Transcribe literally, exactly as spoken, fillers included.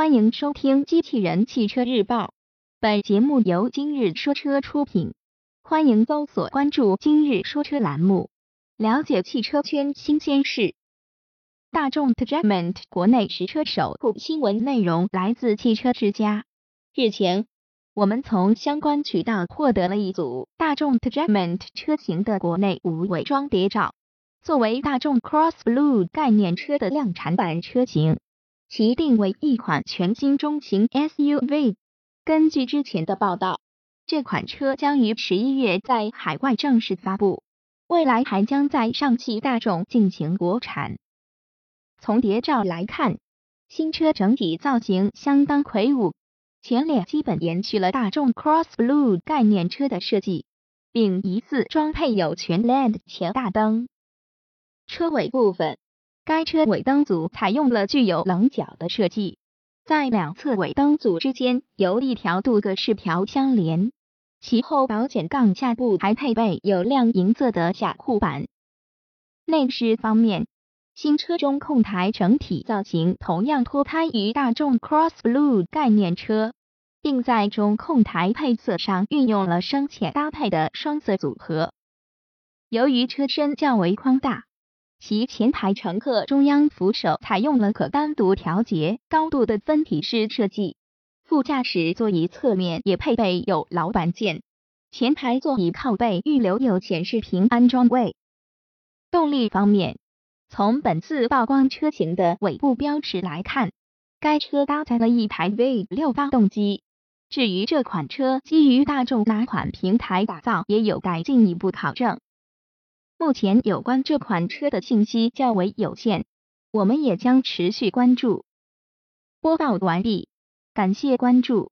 欢迎收听机器人汽车日报，本节目由今日说车出品。欢迎搜索关注今日说车栏目，了解汽车圈新鲜事。大众 Tagement 国内实车首曝新闻内容来自汽车之家。日前，我们从相关渠道获得了一组大众 Tagement 车型的国内无伪装谍照。作为大众 Cross Blue 概念车的量产版车型，其定为一款全新中型 S U V。根据之前的报道，这款车将于十一月在海外正式发布，未来还将在上汽大众进行国产。从谍照来看，新车整体造型相当魁梧，前脸基本延续了大众 Cross Blue 概念车的设计，并疑似装配有全 L E D 前大灯。车尾部分，该车尾灯组采用了具有棱角的设计，在两侧尾灯组之间由一条镀铬饰条相连，其后保险杠下部还配备有亮银色的下护板。内饰方面，新车中控台整体造型同样脱胎于大众 Cross Blue 概念车，并在中控台配色上运用了深浅搭配的双色组合。由于车身较为宽大，其前排乘客中央扶手采用了可单独调节高度的分体式设计，副驾驶座椅侧面也配备有老板键，前排座椅靠背预留有显示屏安装位。动力方面，从本次曝光车型的尾部标识来看，该车搭载了一台 V 六 发动机。至于这款车基于大众哪款平台打造，也有待进一步考证。目前有关这款车的信息较为有限，我们也将持续关注。播报完毕，感谢关注。